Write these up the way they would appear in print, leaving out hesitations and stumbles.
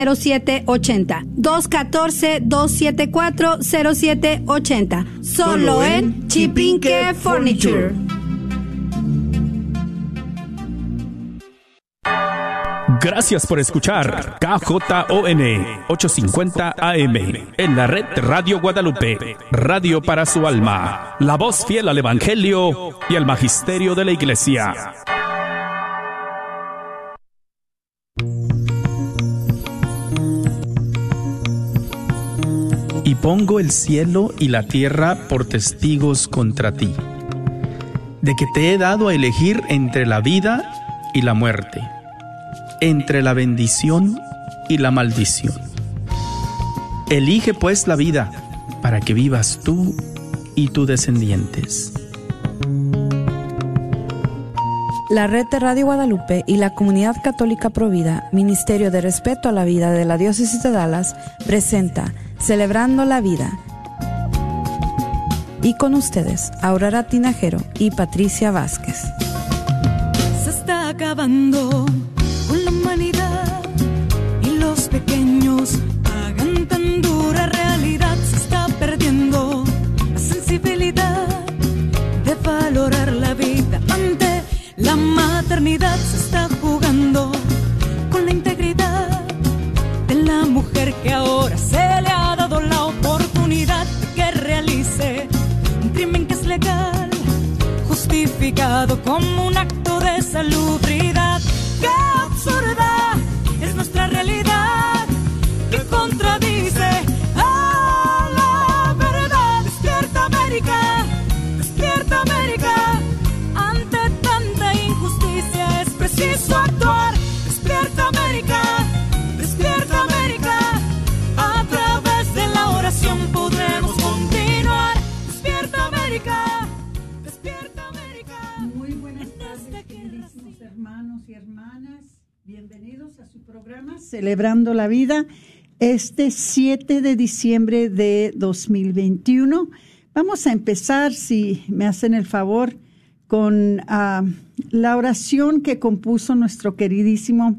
0780 214-274-0780. Solo en Chipinque Furniture. Gracias por escuchar KJON 850 AM en la red Radio Guadalupe, radio para su alma, la voz fiel al Evangelio y al Magisterio de la Iglesia. Y pongo el cielo y la tierra por testigos contra ti, de que te he dado a elegir entre la vida y la muerte, entre la bendición y la maldición. Elige pues la vida, para que vivas tú y tus descendientes. La Red de Radio Guadalupe y la Comunidad Católica Provida, Ministerio de Respeto a la Vida de la Diócesis de Dallas, presenta Celebrando la Vida. Y con ustedes, Aurora Tinajero y Patricia Vázquez. Se está acabando con la humanidad y los pequeños pagan tan dura realidad. Se está perdiendo la sensibilidad de valorar la vida ante la maternidad. Se está jugando con la integridad de la mujer que ahora se le ha dado la oportunidad de que realice un crimen que es legal, justificado como un acto de salubridad. ¡Qué absurda es nuestra realidad que contradice a la verdad! ¡Despierta América! ¡Despierta América! Ante tanta injusticia es preciso actuar. ¡Despierta América! ¡Despierta América! A través de la oración podremos continuar. ¡Despierta América! ¡Despierta América! Muy buenas tardes, queridísimos hermanos y hermanas. Bienvenidos a su programa Celebrando la Vida, este 7 de diciembre de 2021. Vamos a empezar, si me hacen el favor, con la oración que compuso nuestro queridísimo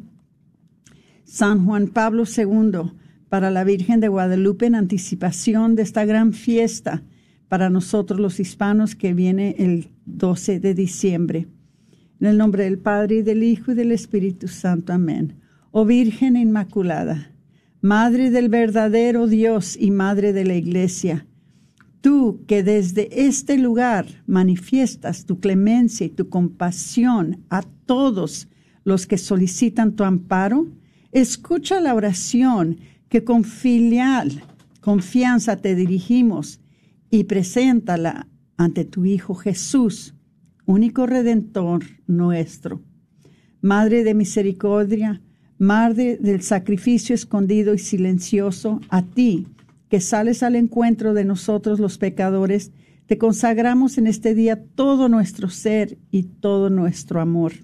San Juan Pablo II para la Virgen de Guadalupe en anticipación de esta gran fiesta para nosotros los hispanos que viene el 12 de diciembre. En el nombre del Padre, y del Hijo, y del Espíritu Santo. Amén. Oh Virgen Inmaculada, Madre del verdadero Dios y Madre de la Iglesia, tú que desde este lugar manifiestas tu clemencia y tu compasión a todos los que solicitan tu amparo, escucha la oración que con filial confianza te dirigimos y preséntala ante tu Hijo Jesús, único Redentor nuestro. Madre de misericordia, Madre del sacrificio escondido y silencioso, a ti, que sales al encuentro de nosotros los pecadores, te consagramos en este día todo nuestro ser y todo nuestro amor.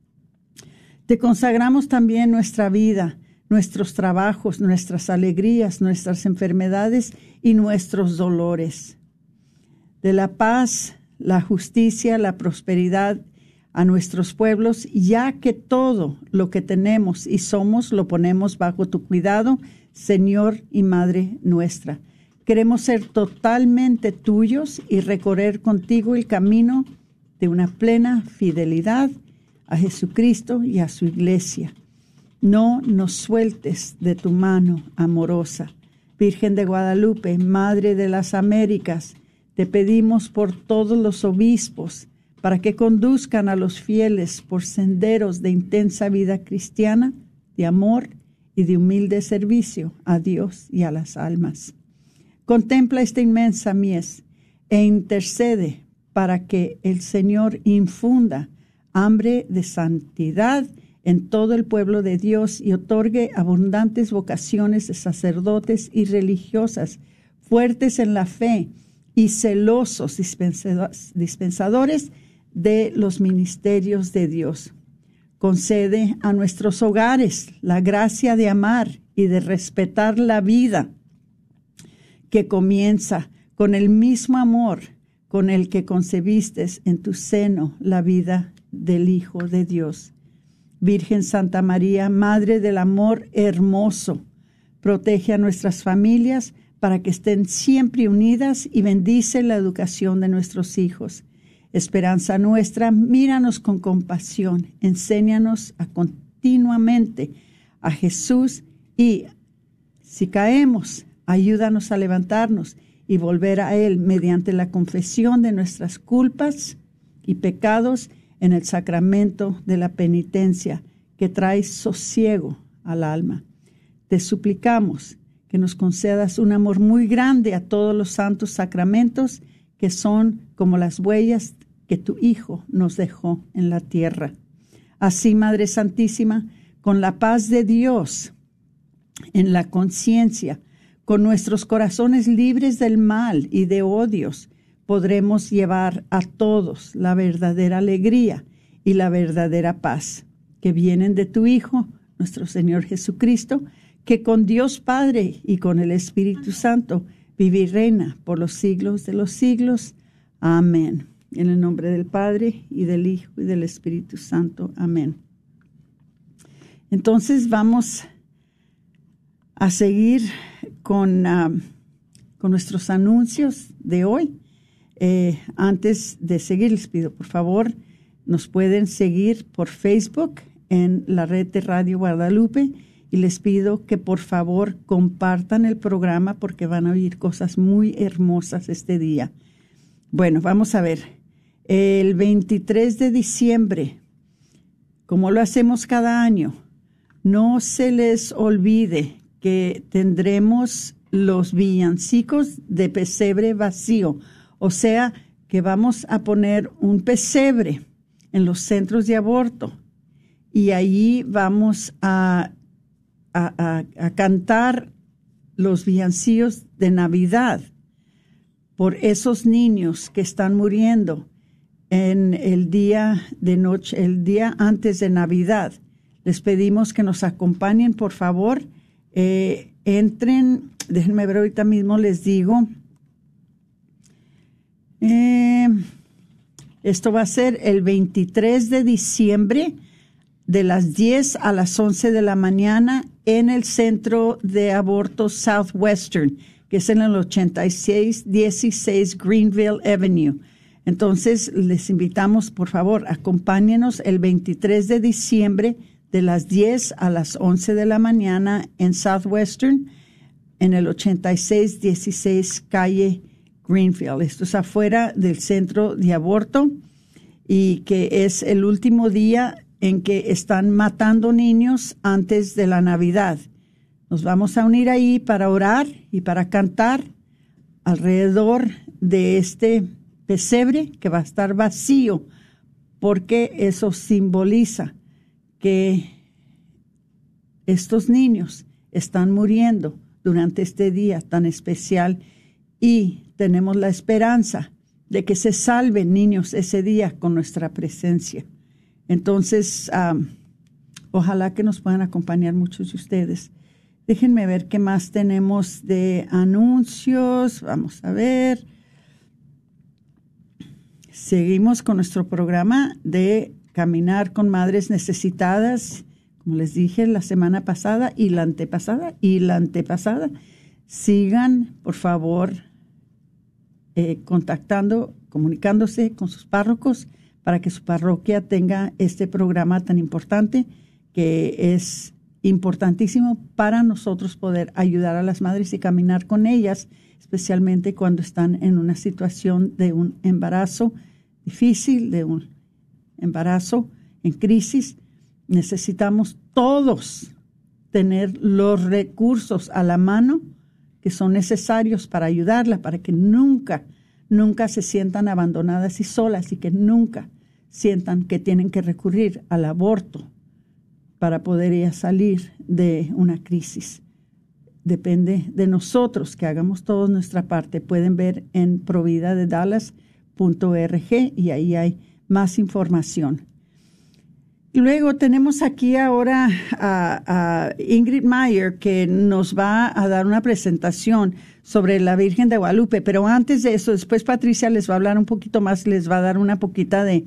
Te consagramos también nuestra vida, nuestros trabajos, nuestras alegrías, nuestras enfermedades y nuestros dolores. De la paz, la justicia, la prosperidad a nuestros pueblos, ya que todo lo que tenemos y somos lo ponemos bajo tu cuidado, Señor y Madre nuestra. Queremos ser totalmente tuyos y recorrer contigo el camino de una plena fidelidad a Jesucristo y a su Iglesia. No nos sueltes de tu mano amorosa. Virgen de Guadalupe, Madre de las Américas, te pedimos por todos los obispos para que conduzcan a los fieles por senderos de intensa vida cristiana, de amor y de humilde servicio a Dios y a las almas. Contempla esta inmensa mies e intercede para que el Señor infunda hambre de santidad en todo el pueblo de Dios y otorgue abundantes vocaciones de sacerdotes y religiosas, fuertes en la fe y celosos dispensadores de los ministerios de Dios. Concede a nuestros hogares la gracia de amar y de respetar la vida, que comienza con el mismo amor con el que concebiste en tu seno la vida del Hijo de Dios. Virgen Santa María, Madre del amor hermoso, Protege a nuestras familias para que estén siempre unidas y bendice la educación de nuestros hijos. Esperanza nuestra, míranos con compasión, enséñanos a continuamente a Jesús y si caemos, ayúdanos a levantarnos y volver a Él mediante la confesión de nuestras culpas y pecados en el sacramento de la penitencia que trae sosiego al alma. Te suplicamos que nos concedas un amor muy grande a todos los santos sacramentos que son como las huellas que tu Hijo nos dejó en la tierra. Así, Madre Santísima, con la paz de Dios en la conciencia, con nuestros corazones libres del mal y de odios, podremos llevar a todos la verdadera alegría y la verdadera paz que vienen de tu Hijo, nuestro Señor Jesucristo, que con Dios Padre y con el Espíritu Santo vive y reina por los siglos de los siglos. Amén. En el nombre del Padre, y del Hijo, y del Espíritu Santo. Amén. Entonces vamos a seguir con nuestros anuncios de hoy. Antes de seguir, les pido, por favor, nos pueden seguir por Facebook en la red de Radio Guadalupe y les pido que por favor compartan el programa porque van a oír cosas muy hermosas este día. Bueno, vamos a ver. El 23 de diciembre, como lo hacemos cada año, no se les olvide que tendremos los villancicos de pesebre vacío. O sea, que vamos a poner un pesebre en los centros de aborto y allí vamos a cantar los villancicos de Navidad por esos niños que están muriendo en el día de noche, el día antes de Navidad. Les pedimos que nos acompañen, por favor. Entren, déjenme ver, ahorita mismo les digo. Esto va a ser el 23 de diciembre de las 10 a las 11 de la mañana en el Centro de Aborto Southwestern, que es en el 8616 Greenville Avenue. Entonces, les invitamos, por favor, acompáñenos el 23 de diciembre de las 10 a las 11 de la mañana en Southwestern, en el 8616 calle Greenfield. Esto es afuera del centro de aborto y que es el último día en que están matando niños antes de la Navidad. Nos vamos a unir ahí para orar y para cantar alrededor de este pesebre que va a estar vacío, porque eso simboliza que estos niños están muriendo durante este día tan especial y tenemos la esperanza de que se salven niños ese día con nuestra presencia. Entonces, ojalá que nos puedan acompañar muchos de ustedes. Déjenme ver qué más tenemos de anuncios. Vamos a ver. Seguimos con nuestro programa de Caminar con Madres Necesitadas. Como les dije la semana pasada y la antepasada sigan, por favor, comunicándose con sus párrocos para que su parroquia tenga este programa tan importante que es importantísimo para nosotros poder ayudar a las madres y caminar con ellas, especialmente cuando están en una situación de un embarazo difícil, de un embarazo en crisis. Necesitamos todos tener los recursos a la mano que son necesarios para ayudarla, para que nunca se sientan abandonadas y solas y que nunca sientan que tienen que recurrir al aborto para poder ella salir de una crisis. Depende de nosotros que hagamos toda nuestra parte. Pueden ver en providadedallas.org y ahí hay más información. Luego tenemos aquí ahora a Ingrid Meyer, que nos va a dar una presentación sobre la Virgen de Guadalupe. Pero antes de eso, después Patricia les va a hablar un poquito más, les va a dar una poquita de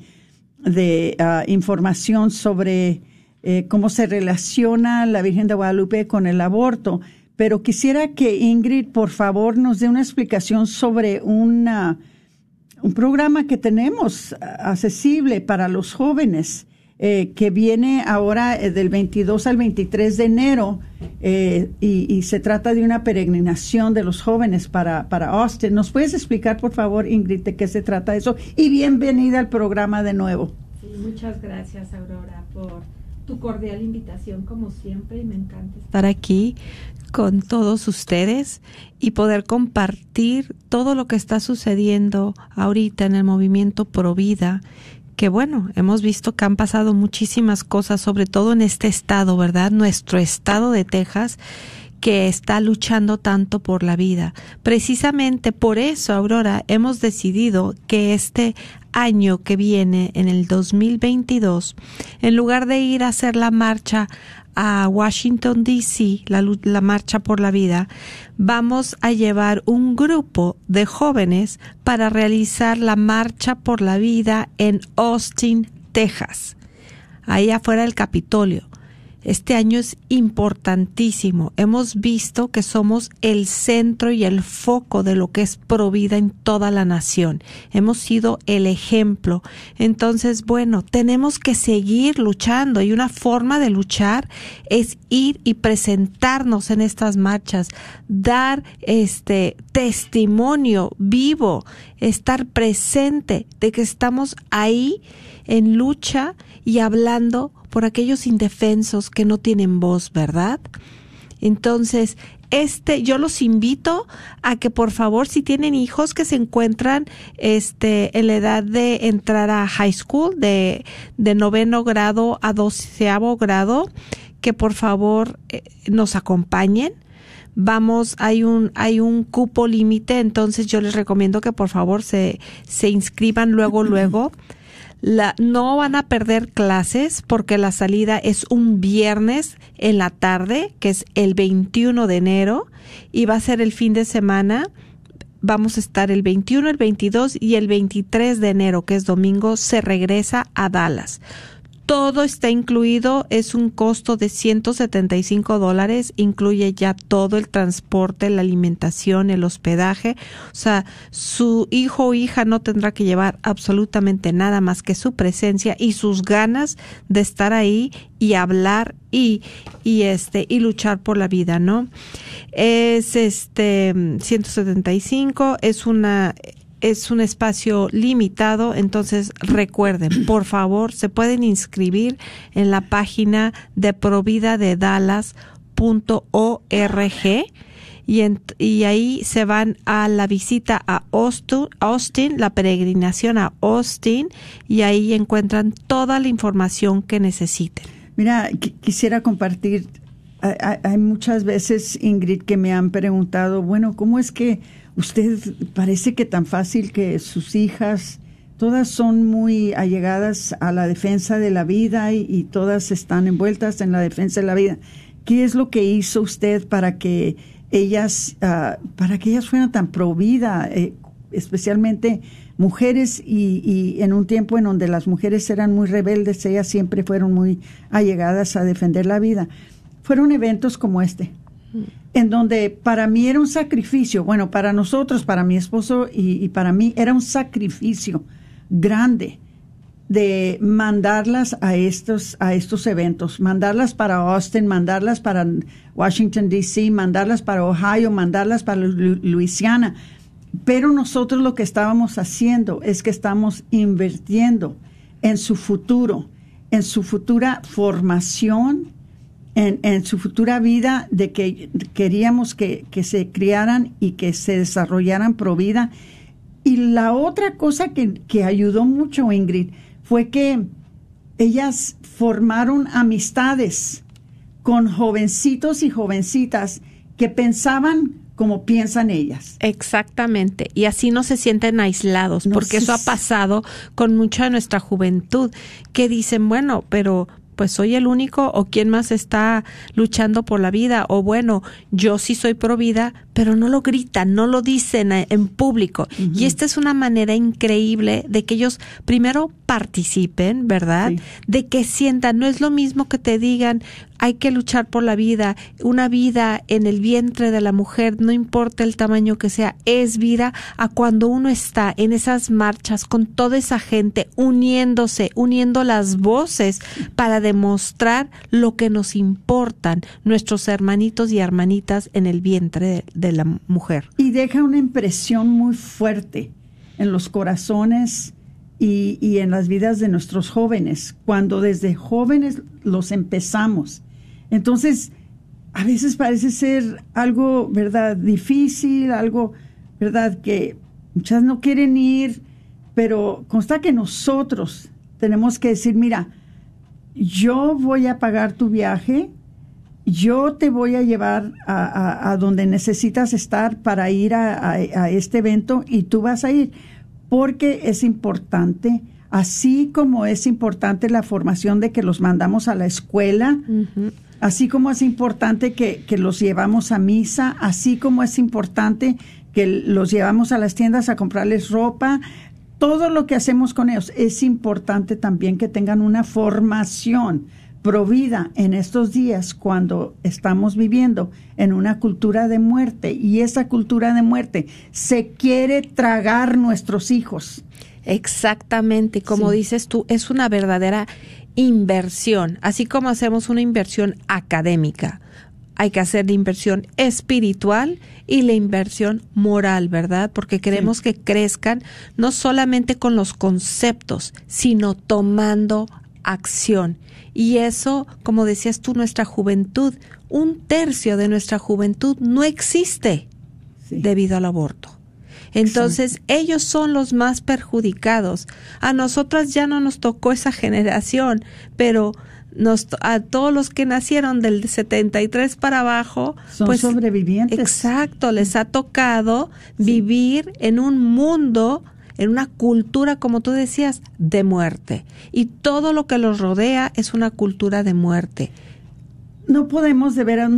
información sobre cómo se relaciona la Virgen de Guadalupe con el aborto. pero quisiera que Ingrid, por favor, nos dé una explicación sobre un programa que tenemos accesible para los jóvenes, que viene ahora del 22 al 23 de enero, y se trata de una peregrinación de los jóvenes para Austin. ¿Nos puedes explicar, por favor, Ingrid, de qué se trata eso? Y bienvenida al programa de nuevo. Sí, muchas gracias, Aurora, por tu cordial invitación, como siempre, y me encanta estar aquí con todos ustedes y poder compartir todo lo que está sucediendo ahorita en el movimiento Pro Vida, que bueno, hemos visto que han pasado muchísimas cosas, sobre todo en este estado, ¿verdad? Nuestro estado de Texas, que está luchando tanto por la vida. Precisamente por eso, Aurora, hemos decidido que este año que viene, en el 2022, en lugar de ir a hacer la marcha a Washington, D.C., la marcha por la vida, vamos a llevar un grupo de jóvenes para realizar la marcha por la vida en Austin, Texas, ahí afuera del Capitolio. Este año es importantísimo. Hemos visto que somos el centro y el foco de lo que es Provida en toda la nación. Hemos sido el ejemplo. Entonces, bueno, tenemos que seguir luchando, y una forma de luchar es ir y presentarnos en estas marchas, dar testimonio vivo, estar presente de que estamos ahí en lucha y hablando por aquellos indefensos que no tienen voz, ¿verdad? Entonces, yo los invito a que, por favor, si tienen hijos que se encuentran en la edad de entrar a high school, de 9º grado a 12º grado, que por favor nos acompañen. Hay un cupo límite, entonces yo les recomiendo que por favor se inscriban luego. No van a perder clases porque la salida es un viernes en la tarde, que es el 21 de enero, y va a ser el fin de semana. Vamos a estar el 21, el 22 y el 23 de enero, que es domingo, se regresa a Dallas. Todo está incluido, es un costo de $175, incluye ya todo el transporte, la alimentación, el hospedaje. O sea, su hijo o hija no tendrá que llevar absolutamente nada más que su presencia y sus ganas de estar ahí y hablar y luchar por la vida, ¿no? Es 175, es un espacio limitado, entonces recuerden, por favor, se pueden inscribir en la página de providadedallas.org y ahí se van a la visita a Austin, la peregrinación a Austin, y ahí encuentran toda la información que necesiten. Mira, quisiera compartir, hay muchas veces, Ingrid, que me han preguntado, bueno, ¿cómo es que usted parece que tan fácil que sus hijas, todas son muy allegadas a la defensa de la vida y todas están envueltas en la defensa de la vida? ¿Qué es lo que hizo usted para que ellas fueran tan pro vida, especialmente mujeres, y en un tiempo en donde las mujeres eran muy rebeldes, ellas siempre fueron muy allegadas a defender la vida? Fueron eventos como este, en donde para mí era un sacrificio, bueno, para nosotros, para mi esposo y para mí, era un sacrificio grande de mandarlas a estos eventos, mandarlas para Austin, mandarlas para Washington, D.C., mandarlas para Ohio, mandarlas para Luisiana. Pero nosotros lo que estábamos haciendo es que estamos invirtiendo en su futuro, en su futura formación, en su futura vida, de que queríamos que se criaran y que se desarrollaran pro vida. Y la otra cosa que ayudó mucho, Ingrid, fue que ellas formaron amistades con jovencitos y jovencitas que pensaban como piensan ellas. Exactamente, y así no se sienten aislados, porque eso ha pasado con mucha de nuestra juventud, que dicen, bueno, pero pues soy el único, o quién más está luchando por la vida, o bueno, yo sí soy pro vida, pero no lo gritan, no lo dicen en público. Uh-huh. Y esta es una manera increíble de que ellos primero participen, ¿verdad? Sí. De que sientan, no es lo mismo que te digan, hay que luchar por la vida. Una vida en el vientre de la mujer, no importa el tamaño que sea, es vida. A cuando uno está en esas marchas con toda esa gente uniéndose, uniendo las voces para demostrar lo que nos importan nuestros hermanitos y hermanitas en el vientre de la mujer. Y deja una impresión muy fuerte en los corazones y en las vidas de nuestros jóvenes, cuando desde jóvenes los empezamos. Entonces, a veces parece ser algo, ¿verdad?, difícil, algo, ¿verdad?, que muchas no quieren ir, pero consta que nosotros tenemos que decir, mira, yo voy a pagar tu viaje, yo te voy a llevar a donde necesitas estar para ir a este evento y tú vas a ir, porque es importante, así como es importante la formación de que los mandamos a la escuela, así como es importante que los llevamos a misa, así como es importante que los llevamos a las tiendas a comprarles ropa. Todo lo que hacemos con ellos es importante también que tengan una formación provida en estos días cuando estamos viviendo en una cultura de muerte, y esa cultura de muerte se quiere tragar nuestros hijos. Exactamente, como dices tú, es una verdadera inversión, así como hacemos una inversión académica. Hay que hacer la inversión espiritual y la inversión moral, ¿verdad? Porque queremos que crezcan no solamente con los conceptos, sino tomando acción. Y eso, como decías tú, nuestra juventud, 1/3 de nuestra juventud no existe debido al aborto. Entonces, ellos son los más perjudicados. A nosotras ya no nos tocó esa generación, pero a todos los que nacieron del 73 para abajo, son pues sobrevivientes. Exacto, les ha tocado vivir en un mundo, en una cultura, como tú decías, de muerte. Y todo lo que los rodea es una cultura de muerte. No podemos de veras,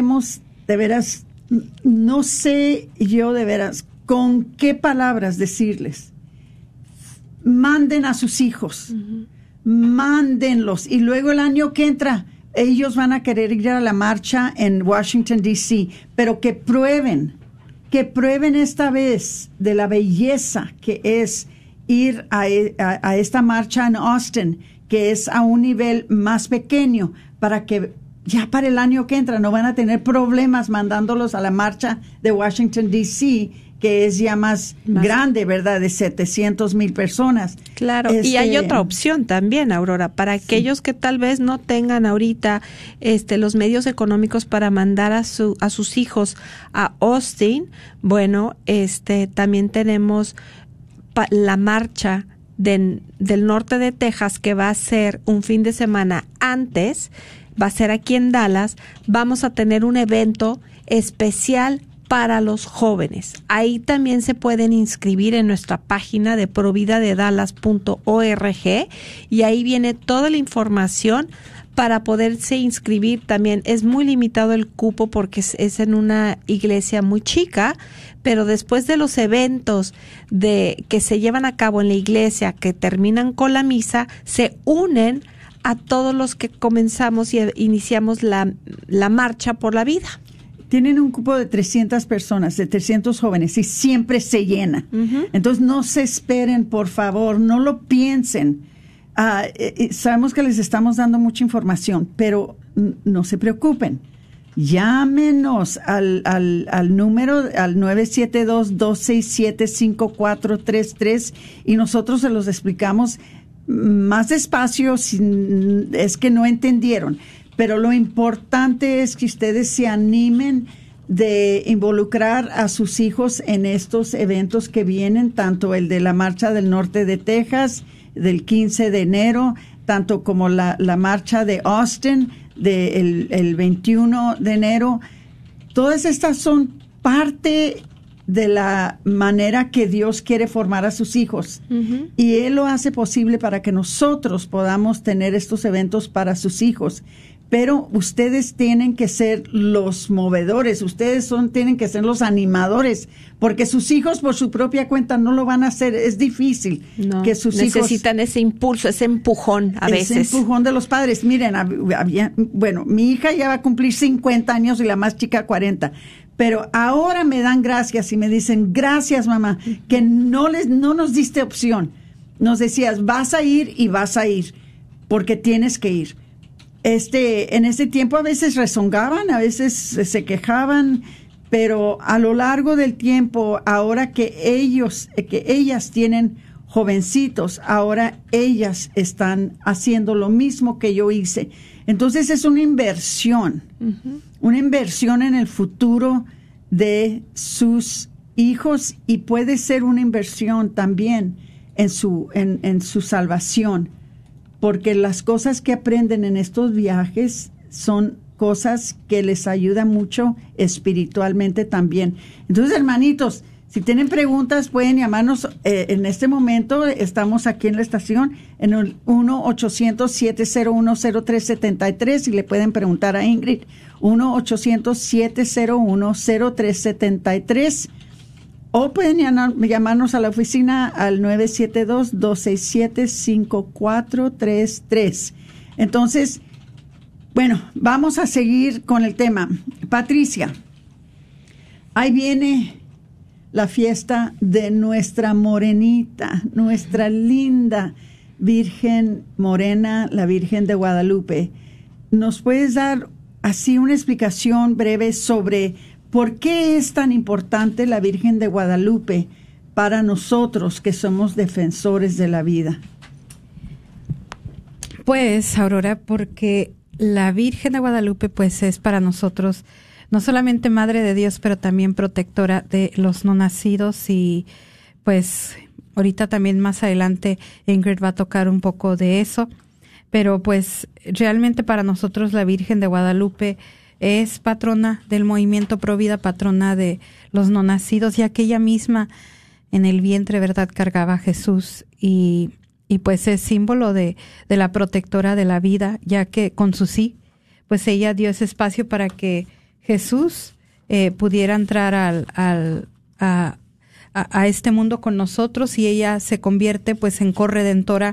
no sé yo de veras con qué palabras decirles. Manden a sus hijos, mándenlos, y luego el año que entra ellos van a querer ir a la marcha en Washington, D.C., pero que prueben esta vez de la belleza que es ir a esta marcha en Austin, que es a un nivel más pequeño, para que ya para el año que entra no van a tener problemas mandándolos a la marcha de Washington, D.C., que es ya más grande, ¿verdad?, de 700,000 personas. Claro, y hay otra opción también, Aurora, para aquellos que tal vez no tengan ahorita los medios económicos para mandar a sus hijos a Austin. Bueno, también tenemos la marcha del norte de Texas, que va a ser un fin de semana antes, va a ser aquí en Dallas. Vamos a tener un evento especial para los jóvenes. Ahí también se pueden inscribir en nuestra página de providadedallas.org, y ahí viene toda la información para poderse inscribir. También es muy limitado el cupo porque es en una iglesia muy chica, pero después de los eventos que se llevan a cabo en la iglesia, que terminan con la misa, se unen a todos los que comenzamos y iniciamos la marcha por la vida. Tienen un cupo de 300 personas, de 300 jóvenes, y siempre se llena. Entonces, no se esperen, por favor, no lo piensen. Sabemos que les estamos dando mucha información, pero no se preocupen. Llámenos al número, al 972-267-5433, y nosotros se los explicamos más despacio si es que no entendieron. Pero lo importante es que ustedes se animen de involucrar a sus hijos en estos eventos que vienen, tanto el de la Marcha del Norte de Texas, del 15 de enero, tanto como la marcha de Austin, el 21 de enero. Todas estas son parte de la manera que Dios quiere formar a sus hijos. Y Él lo hace posible para que nosotros podamos tener estos eventos para sus hijos. pero ustedes tienen que ser los movedores, tienen que ser los animadores, porque sus hijos por su propia cuenta no lo van a hacer, es difícil que sus hijos necesitan ese impulso, ese empujón a veces. Ese empujón de los padres. Miren, mi hija ya va a cumplir 50 años y la más chica 40. Pero ahora me dan gracias y me dicen, gracias mamá, que no nos diste opción. Nos decías, vas a ir y vas a ir, porque tienes que ir. En ese tiempo a veces rezongaban, a veces se quejaban, pero a lo largo del tiempo, ahora que ellas tienen jovencitos, ahora ellas están haciendo lo mismo que yo hice. Entonces es una inversión, una inversión en el futuro de sus hijos y puede ser una inversión también en su salvación. Porque las cosas que aprenden en estos viajes son cosas que les ayudan mucho espiritualmente también. Entonces, hermanitos, si tienen preguntas, pueden llamarnos en este momento. Estamos aquí en la estación en el 1-800-701-0373 y le pueden preguntar a Ingrid. 1-800-701-0373. O pueden llamarnos a la oficina al 972-267-5433. Entonces, bueno, vamos a seguir con el tema. Patricia, ahí viene la fiesta de nuestra morenita, nuestra linda Virgen Morena, la Virgen de Guadalupe. ¿Nos puedes dar así una explicación breve sobre por qué es tan importante la Virgen de Guadalupe para nosotros que somos defensores de la vida? Pues, Aurora, porque la Virgen de Guadalupe pues es para nosotros no solamente Madre de Dios, pero también protectora de los no nacidos. Y pues ahorita también más adelante Ingrid va a tocar un poco de eso, pero pues realmente para nosotros la Virgen de Guadalupe es patrona del movimiento Pro Vida, patrona de los no nacidos, ya que ella misma en el vientre, ¿verdad?, cargaba a Jesús y pues es símbolo de la protectora de la vida, ya que con su sí, pues ella dio ese espacio para que Jesús pudiera entrar a este mundo con nosotros, y ella se convierte pues en corredentora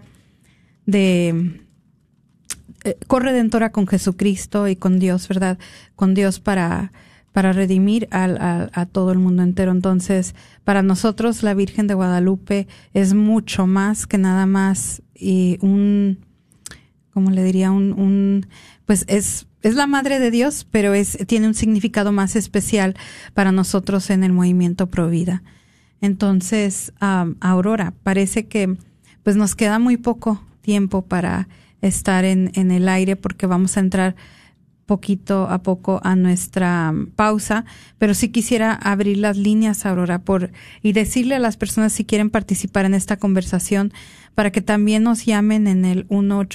con Jesucristo y con Dios, ¿verdad? Con Dios para redimir a todo el mundo entero. Entonces, para nosotros la Virgen de Guadalupe es mucho más que nada más pues es la Madre de Dios, pero tiene un significado más especial para nosotros en el movimiento Pro Vida. Entonces, Aurora, parece que pues nos queda muy poco tiempo para estar en el aire, porque vamos a entrar poquito a poco a nuestra pausa, pero sí quisiera abrir las líneas, Aurora, y decirle a las personas si quieren participar en esta conversación, para que también nos llamen en el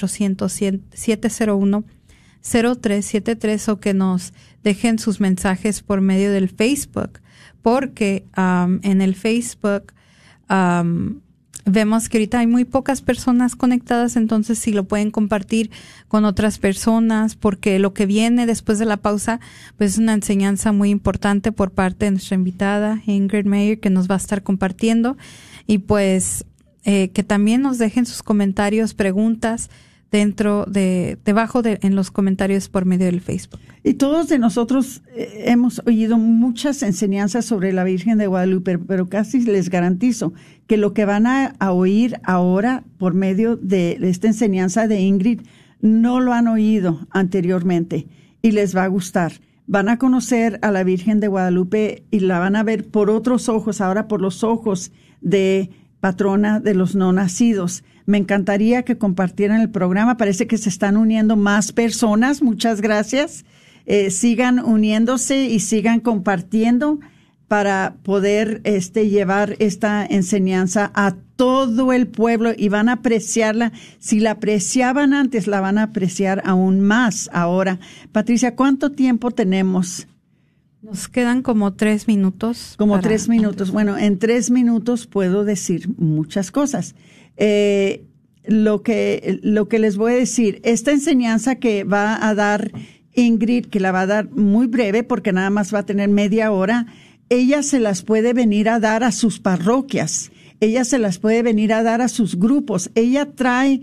1-800-701-0373 o que nos dejen sus mensajes por medio del Facebook, porque en el Facebook vemos que ahorita hay muy pocas personas conectadas. Entonces si lo pueden compartir con otras personas, porque lo que viene después de la pausa pues es una enseñanza muy importante por parte de nuestra invitada Ingrid Mayer, que nos va a estar compartiendo, y pues que también nos dejen sus comentarios, preguntas debajo en los comentarios por medio del Facebook. Y todos de nosotros hemos oído muchas enseñanzas sobre la Virgen de Guadalupe, pero casi les garantizo que lo que van a oír ahora por medio de esta enseñanza de Ingrid no lo han oído anteriormente y les va a gustar. Van a conocer a la Virgen de Guadalupe y la van a ver por otros ojos, ahora por los ojos de patrona de los no nacidos. Me encantaría que compartieran el programa. Parece que se están uniendo más personas. Muchas gracias. Sigan uniéndose y sigan compartiendo para poder llevar esta enseñanza a todo el pueblo, y van a apreciarla. Si la apreciaban antes, la van a apreciar aún más ahora. Patricia, ¿cuánto tiempo tenemos? Nos quedan como 3 minutos. 3 minutos. Bueno, en 3 minutos puedo decir muchas cosas. lo que les voy a decir, esta enseñanza que va a dar Ingrid, que la va a dar muy breve porque nada más va a tener media hora, ella se las puede venir a dar a sus parroquias, ella se las puede venir a dar a sus grupos. Ella trae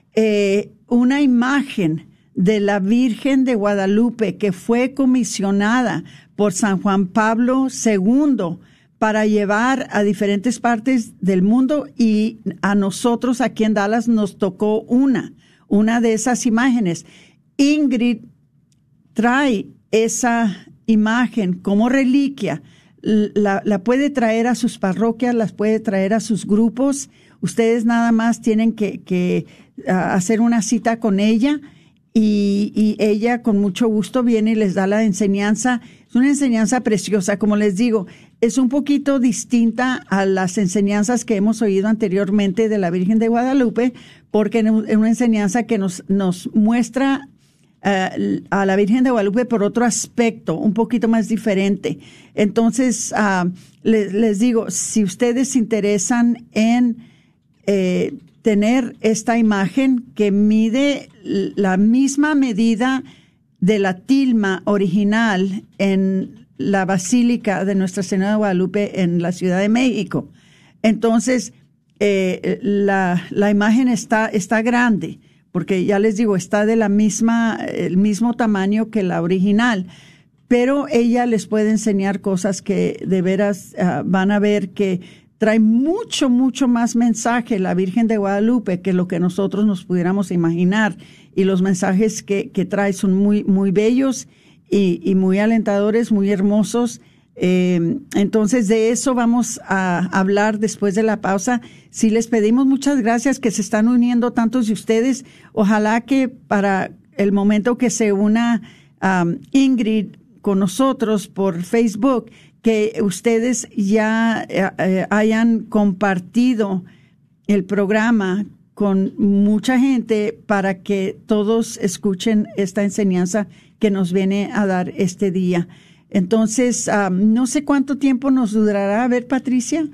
una imagen de la Virgen de Guadalupe que fue comisionada por San Juan Pablo II para llevar a diferentes partes del mundo, y a nosotros aquí en Dallas nos tocó una de esas imágenes. Ingrid trae esa imagen como reliquia, la puede traer a sus parroquias, las puede traer a sus grupos. Ustedes nada más tienen que hacer una cita con ella, y ella con mucho gusto viene y les da la enseñanza. Es una enseñanza preciosa, como les digo, es un poquito distinta a las enseñanzas que hemos oído anteriormente de la Virgen de Guadalupe, porque es una enseñanza que nos muestra a la Virgen de Guadalupe por otro aspecto, un poquito más diferente. Entonces, les digo, si ustedes se interesan en tener esta imagen que mide la misma medida de la tilma original en la Basílica de Nuestra Señora de Guadalupe en la Ciudad de México. Entonces, la imagen está grande, porque ya les digo, está de el mismo tamaño que la original, pero ella les puede enseñar cosas que de veras van a ver que trae mucho, mucho más mensaje la Virgen de Guadalupe que lo que nosotros nos pudiéramos imaginar, y los mensajes que trae son muy, muy bellos y muy alentadores, muy hermosos. Entonces de eso vamos a hablar después de la pausa. Sí, les pedimos muchas gracias que se están uniendo tantos de ustedes. Ojalá que para el momento que se una Ingrid con nosotros por Facebook, que ustedes ya hayan compartido el programa con mucha gente para que todos escuchen esta enseñanza que nos viene a dar este día. Entonces, no sé cuánto tiempo nos durará. A ver, Patricia.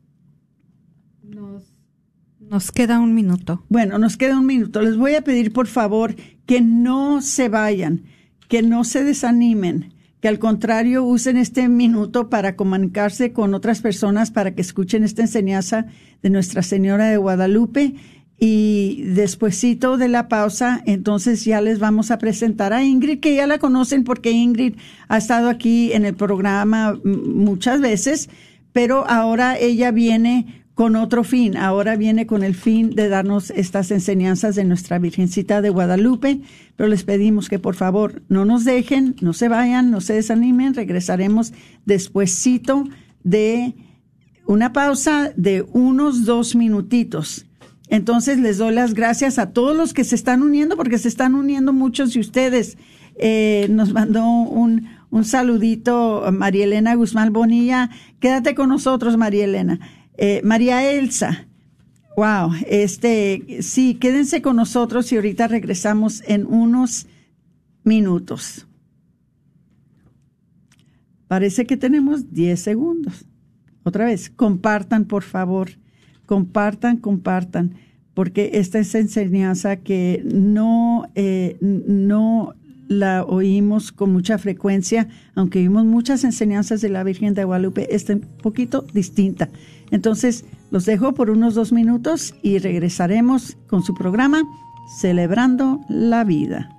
Nos queda un minuto. Bueno, nos queda un minuto. Les voy a pedir, por favor, que no se vayan, que no se desanimen, que al contrario usen este minuto para comunicarse con otras personas para que escuchen esta enseñanza de Nuestra Señora de Guadalupe. Y despuesito de la pausa, entonces ya les vamos a presentar a Ingrid, que ya la conocen porque Ingrid ha estado aquí en el programa muchas veces, pero ahora ella viene con otro fin. Ahora viene con el fin de darnos estas enseñanzas de nuestra Virgencita de Guadalupe. Pero les pedimos que por favor no nos dejen, no se vayan, no se desanimen. Regresaremos despuesito de una pausa de unos 2 minutitos. Entonces les doy las gracias a todos los que se están uniendo, porque se están uniendo muchos de ustedes. Nos mandó un saludito María Elena Guzmán Bonilla. Quédate con nosotros, María Elena. María Elsa, wow, sí, quédense con nosotros y ahorita regresamos en unos minutos. Parece que tenemos 10 segundos. Otra vez, compartan, por favor. Compartan, porque esta es enseñanza que no la oímos con mucha frecuencia, aunque vimos muchas enseñanzas de la Virgen de Guadalupe, esta es un poquito distinta. Entonces, los dejo por unos 2 minutos y regresaremos con su programa Celebrando la Vida.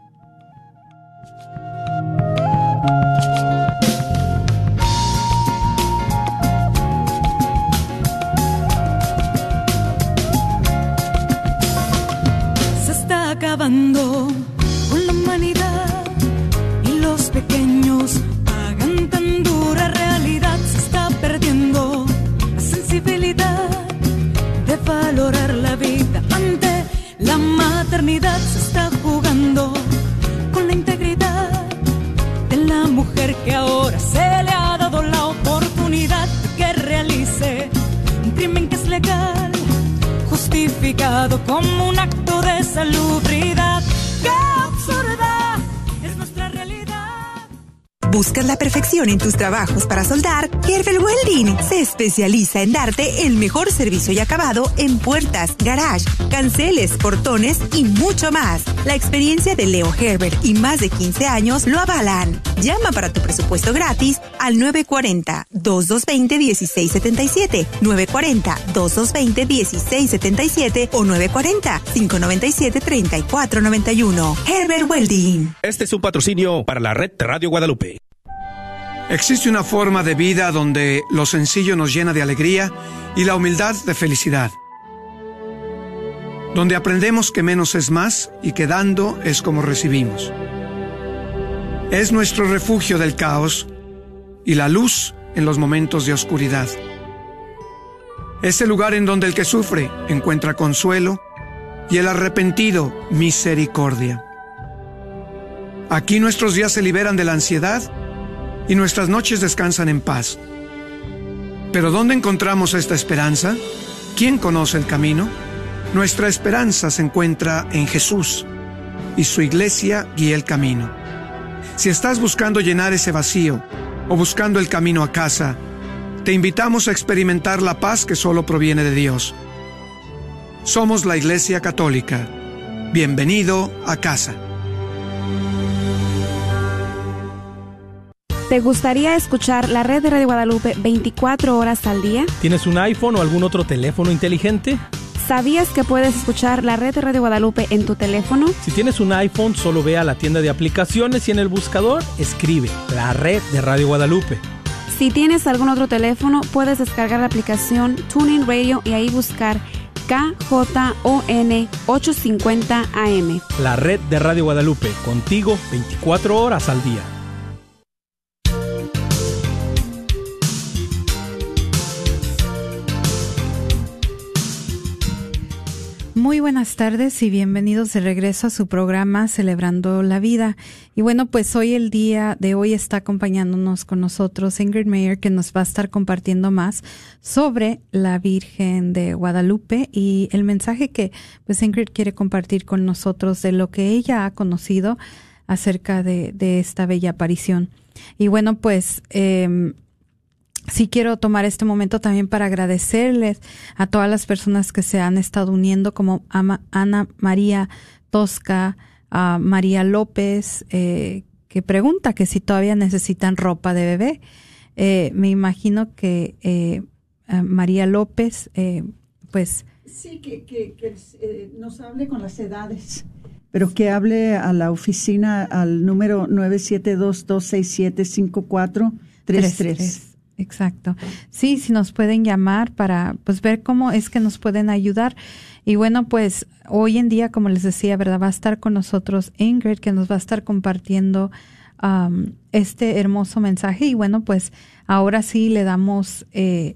Acabando con la humanidad y los pequeños pagan tan dura realidad. Se está perdiendo la sensibilidad de valorar la vida ante la maternidad. Se está jugando con la integridad de la mujer, que ahora se le ha dado la oportunidad de que realice un crimen que es legal, justificado como un acto de salubridad. ¡Qué absurda es nuestra realidad! ¿Buscas la perfección en tus trabajos para soldar? Gerber Welding se especializa en darte el mejor servicio y acabado en puertas, garage, canceles, portones y mucho más. La experiencia de Leo Gerber y más de 15 años lo avalan. Llama para tu presupuesto gratis al 940-2220-1677, 940-2220-1677 o 940-597-3491. Gerber Welding. Este es un patrocinio para la red Radio Guadalupe. Existe una forma de vida donde lo sencillo nos llena de alegría y la humildad de felicidad. Donde aprendemos que menos es más y que dando es como recibimos. Es nuestro refugio del caos y la luz en los momentos de oscuridad. Es el lugar en donde el que sufre encuentra consuelo y el arrepentido misericordia. Aquí nuestros días se liberan de la ansiedad y nuestras noches descansan en paz. ¿Pero dónde encontramos esta esperanza? ¿Quién conoce el camino? Nuestra esperanza se encuentra en Jesús y su iglesia guía el camino. Si estás buscando llenar ese vacío o buscando el camino a casa, te invitamos a experimentar la paz que solo proviene de Dios. Somos la Iglesia Católica. Bienvenido a casa. ¿Te gustaría escuchar la red de Radio Guadalupe 24 horas al día? ¿Tienes un iPhone o algún otro teléfono inteligente? ¿Sabías que puedes escuchar la red de Radio Guadalupe en tu teléfono? Si tienes un iPhone, solo ve a la tienda de aplicaciones y en el buscador escribe la red de Radio Guadalupe. Si tienes algún otro teléfono, puedes descargar la aplicación TuneIn Radio y ahí buscar KJON 850 AM. La red de Radio Guadalupe, contigo 24 horas al día. Muy buenas tardes y bienvenidos de regreso a su programa Celebrando la Vida. Y bueno, pues hoy, el día de hoy, está acompañándonos con nosotros Ingrid Mayer, que nos va a estar compartiendo más sobre la Virgen de Guadalupe y el mensaje que pues Ingrid quiere compartir con nosotros de lo que ella ha conocido acerca de esta bella aparición. Y bueno, pues sí quiero tomar este momento también para agradecerles a todas las personas que se han estado uniendo, como Ana María Tosca, a María López, que pregunta que si todavía necesitan ropa de bebé. Me imagino que María López, pues... Sí, que nos hable con las edades, pero que hable a la oficina al número 972-267-5433. Exacto. Sí, si nos pueden llamar para pues ver cómo es que nos pueden ayudar. Y bueno, pues hoy en día, como les decía, ¿verdad? Va a estar con nosotros Ingrid, que nos va a estar compartiendo este hermoso mensaje. Y bueno, pues ahora sí le damos el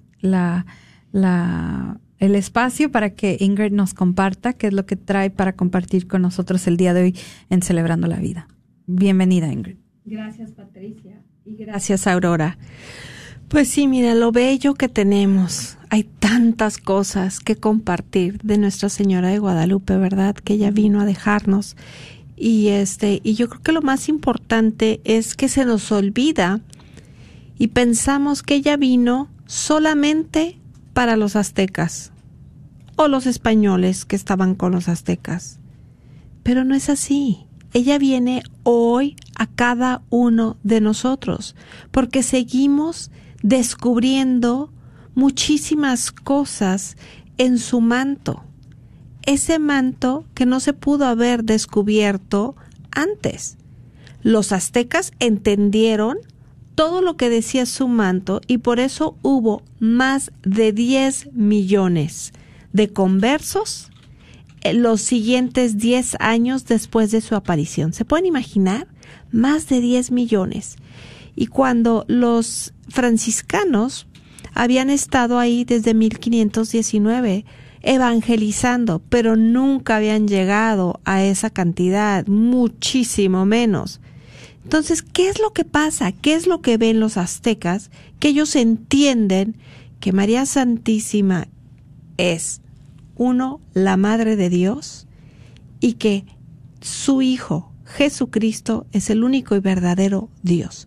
espacio para que Ingrid nos comparta qué es lo que trae para compartir con nosotros el día de hoy en Celebrando la Vida. Bienvenida, Ingrid. Gracias, Patricia. Y gracias, Aurora. Pues sí, mira, lo bello que tenemos. Hay tantas cosas que compartir de Nuestra Señora de Guadalupe, ¿verdad? Que ella vino a dejarnos. Y yo creo que lo más importante es que se nos olvida y pensamos que ella vino solamente para los aztecas o los españoles que estaban con los aztecas. Pero no es así. Ella viene hoy a cada uno de nosotros, porque seguimos descubriendo muchísimas cosas en su manto. Ese manto que no se pudo haber descubierto antes. Los aztecas entendieron todo lo que decía su manto y por eso hubo más de 10 millones de conversos en los siguientes 10 años después de su aparición. ¿Se pueden imaginar? Más de 10 millones. Y cuando los franciscanos habían estado ahí desde 1519 evangelizando, pero nunca habían llegado a esa cantidad, muchísimo menos. Entonces, ¿qué es lo que pasa? ¿Qué es lo que ven los aztecas? Que ellos entienden que María Santísima es, uno, la Madre de Dios, y que su Hijo, Jesucristo, es el único y verdadero Dios.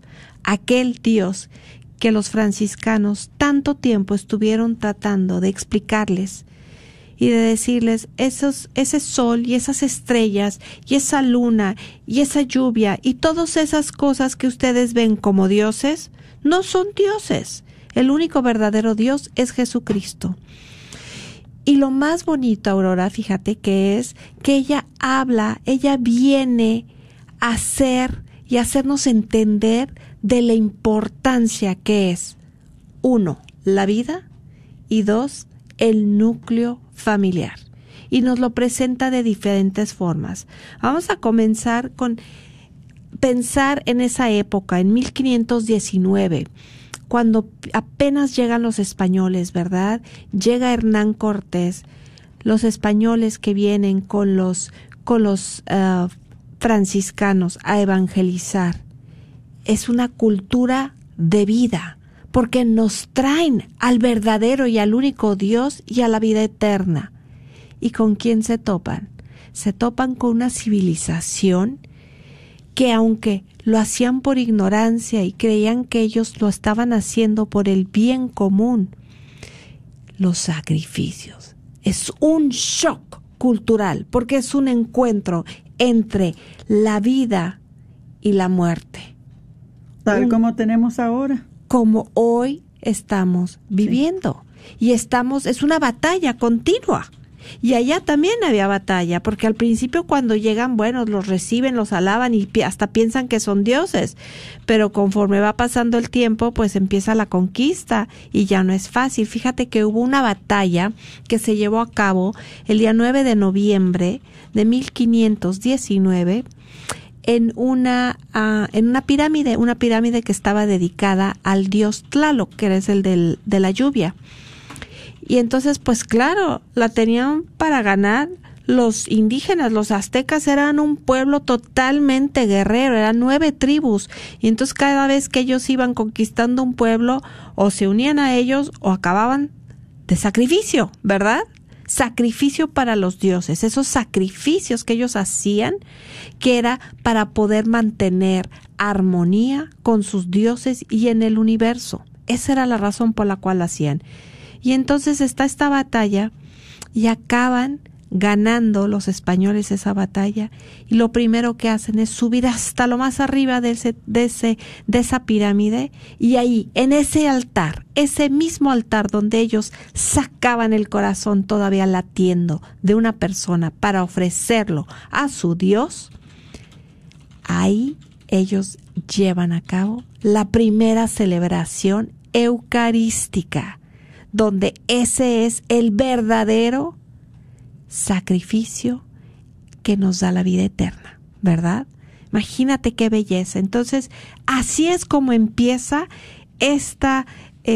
aquel Dios que los franciscanos tanto tiempo estuvieron tratando de explicarles y de decirles, ese sol y esas estrellas y esa luna y esa lluvia y todas esas cosas que ustedes ven como dioses, no son dioses. El único verdadero Dios es Jesucristo. Y lo más bonito, Aurora, fíjate que es que ella viene a hacer y hacernos entender de la importancia que es, 1, la vida, y 2, el núcleo familiar. Y nos lo presenta de diferentes formas. Vamos a comenzar con pensar en esa época, en 1519, cuando apenas llegan los españoles, ¿verdad? Llega Hernán Cortés, los españoles que vienen con los franciscanos a evangelizar. Es una cultura de vida, porque nos traen al verdadero y al único Dios y a la vida eterna. ¿Y con quién se topan? Se topan con una civilización que, aunque lo hacían por ignorancia y creían que ellos lo estaban haciendo por el bien común, los sacrificios. Es un shock cultural, porque es un encuentro entre la vida y la muerte. Tal como tenemos ahora. Como hoy estamos viviendo. Sí. Y es una batalla continua. Y allá también había batalla, porque al principio cuando llegan, bueno, los reciben, los alaban y hasta piensan que son dioses. Pero conforme va pasando el tiempo, pues empieza la conquista y ya no es fácil. Fíjate que hubo una batalla que se llevó a cabo el día 9 de noviembre de 1519 en una pirámide que estaba dedicada al dios Tlaloc, que es el de la lluvia. Y entonces, pues claro, la tenían para ganar los indígenas. Los aztecas eran un pueblo totalmente guerrero, eran 9 tribus. Y entonces cada vez que ellos iban conquistando un pueblo, o se unían a ellos o acababan de sacrificio, ¿verdad? Sacrificio para los dioses, esos sacrificios que ellos hacían, que era para poder mantener armonía con sus dioses y en el universo. Esa era la razón por la cual la hacían. Y entonces está esta batalla y acaban ganando los españoles esa batalla, y lo primero que hacen es subir hasta lo más arriba de esa pirámide, y ahí, en ese altar, ese mismo altar donde ellos sacaban el corazón todavía latiendo de una persona para ofrecerlo a su Dios, ahí ellos llevan a cabo la primera celebración eucarística, donde ese es el verdadero sacrificio que nos da la vida eterna, ¿verdad? Imagínate qué belleza. Entonces, así es como empieza esta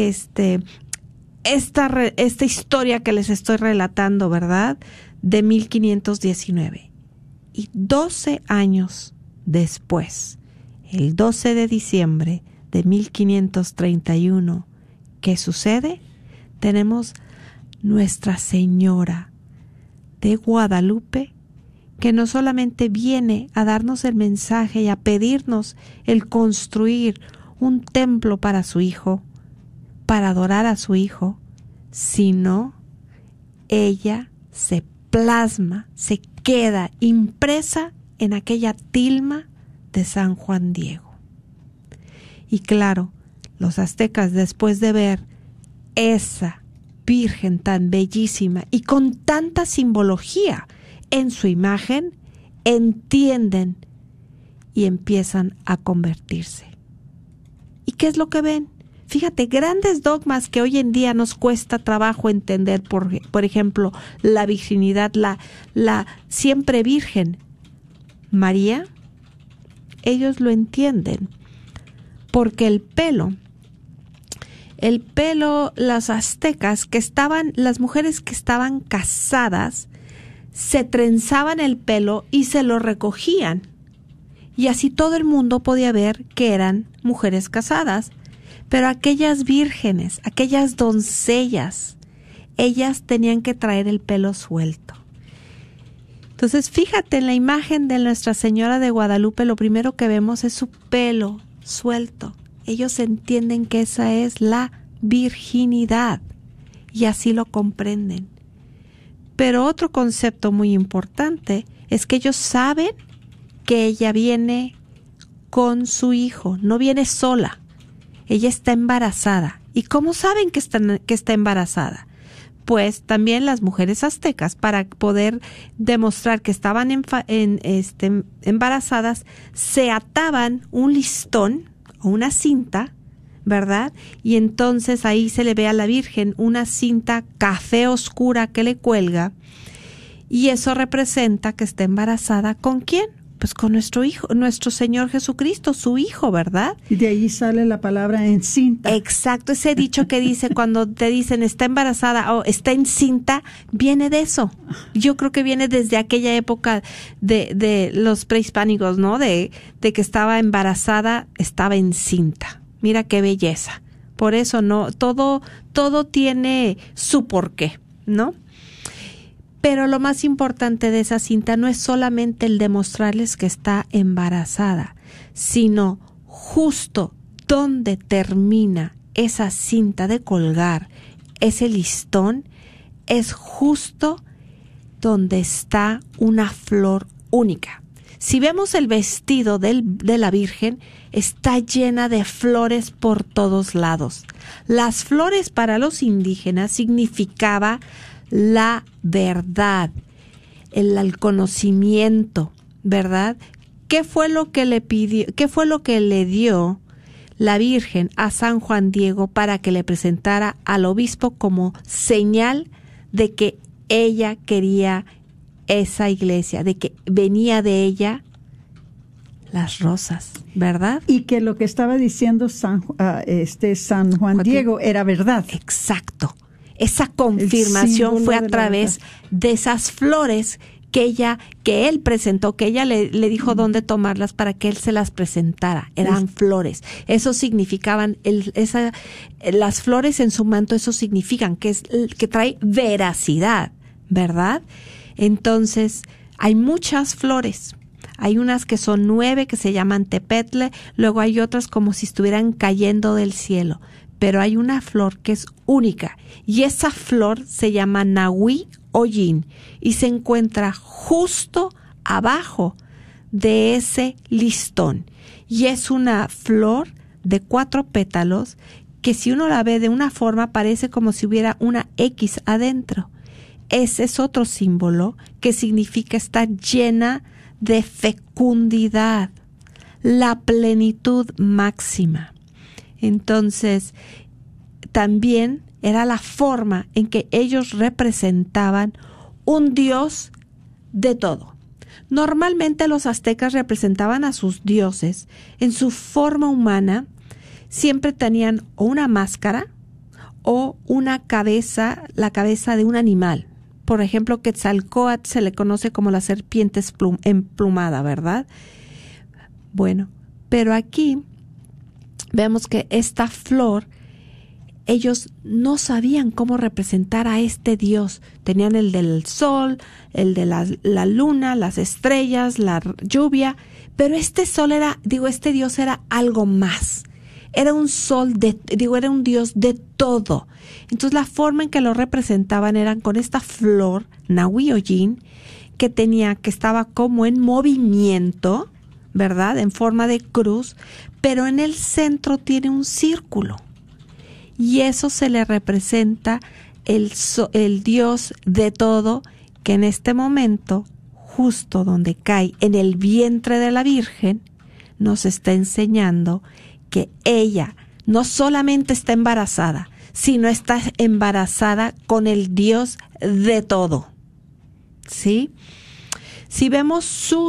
historia que les estoy relatando, ¿verdad? De 1519. Y 12 años después, el 12 de diciembre de 1531, ¿qué sucede? Tenemos Nuestra Señora de Guadalupe, que no solamente viene a darnos el mensaje y a pedirnos el construir un templo para su Hijo, para adorar a su Hijo, sino ella se plasma, se queda impresa en aquella tilma de San Juan Diego. Y claro, los aztecas, después de ver esa Virgen tan bellísima y con tanta simbología en su imagen, entienden y empiezan a convertirse. ¿Y qué es lo que ven? Fíjate, grandes dogmas que hoy en día nos cuesta trabajo entender, por ejemplo, la virginidad, la siempre virgen María, ellos lo entienden, porque el pelo, las aztecas las mujeres que estaban casadas, se trenzaban el pelo y se lo recogían. Y así todo el mundo podía ver que eran mujeres casadas. Pero aquellas vírgenes, aquellas doncellas, ellas tenían que traer el pelo suelto. Entonces, fíjate en la imagen de Nuestra Señora de Guadalupe, lo primero que vemos es su pelo suelto. Ellos entienden que esa es la virginidad y así lo comprenden. Pero otro concepto muy importante es que ellos saben que ella viene con su hijo, no viene sola. Ella está embarazada. ¿Y cómo saben que está embarazada? Pues también las mujeres aztecas, para poder demostrar que estaban embarazadas, se ataban un listón o una cinta, ¿verdad? Y entonces ahí se le ve a la Virgen una cinta café oscura que le cuelga, y eso representa que está embarazada. ¿Con quién? Pues con nuestro hijo, nuestro Señor Jesucristo, su hijo, ¿verdad? Y de ahí sale la palabra encinta. Exacto, ese dicho que dice cuando te dicen está embarazada o está encinta, viene de eso. Yo creo que viene desde aquella época de los prehispánicos, ¿no? De que estaba embarazada, estaba encinta. Mira qué belleza. Por eso no, todo tiene su porqué, ¿no? Pero lo más importante de esa cinta no es solamente el demostrarles que está embarazada, sino justo donde termina esa cinta de colgar, ese listón, es justo donde está una flor única. Si vemos el vestido de la Virgen, está llena de flores por todos lados. Las flores para los indígenas significaba la verdad, el conocimiento, ¿verdad? ¿Qué fue lo que le pidió? ¿Qué fue lo que le dio la Virgen a San Juan Diego para que le presentara al obispo como señal de que ella quería esa iglesia, de que venía de ella las rosas, ¿verdad? Y que lo que estaba diciendo San Juan Diego era verdad. Exacto. Esa confirmación fue a través de esas flores que él presentó, que ella le dijo dónde tomarlas para que él se las presentara. Eran flores. Eso significaban, las flores en su manto, eso significan que trae veracidad, ¿verdad? Entonces, hay muchas flores. Hay unas que son 9 que se llaman tepetle, luego hay otras como si estuvieran cayendo del cielo. Pero hay una flor que es única y esa flor se llama Nahui Oyin y se encuentra justo abajo de ese listón. Y es una flor de 4 pétalos que si uno la ve de una forma parece como si hubiera una X adentro. Ese es otro símbolo que significa estar llena de fecundidad, la plenitud máxima. Entonces, también era la forma en que ellos representaban un Dios de todo. Normalmente los aztecas representaban a sus dioses en su forma humana, siempre tenían o una máscara o una cabeza, la cabeza de un animal. Por ejemplo, Quetzalcóatl se le conoce como la serpiente emplumada, ¿verdad? Bueno, pero aquí vemos que esta flor, ellos no sabían cómo representar a este Dios. Tenían el del sol, el de la luna, las estrellas, la lluvia, pero este Dios era algo más. Era un era un Dios de todo. Entonces la forma en que lo representaban eran con esta flor, Nahui Oyin, que estaba como en movimiento, ¿verdad? En forma de cruz, pero en el centro tiene un círculo. Y eso se le representa el Dios de todo, que en este momento, justo donde cae en el vientre de la Virgen, nos está enseñando que ella no solamente está embarazada, sino está embarazada con el Dios de todo. ¿Sí? Si vemos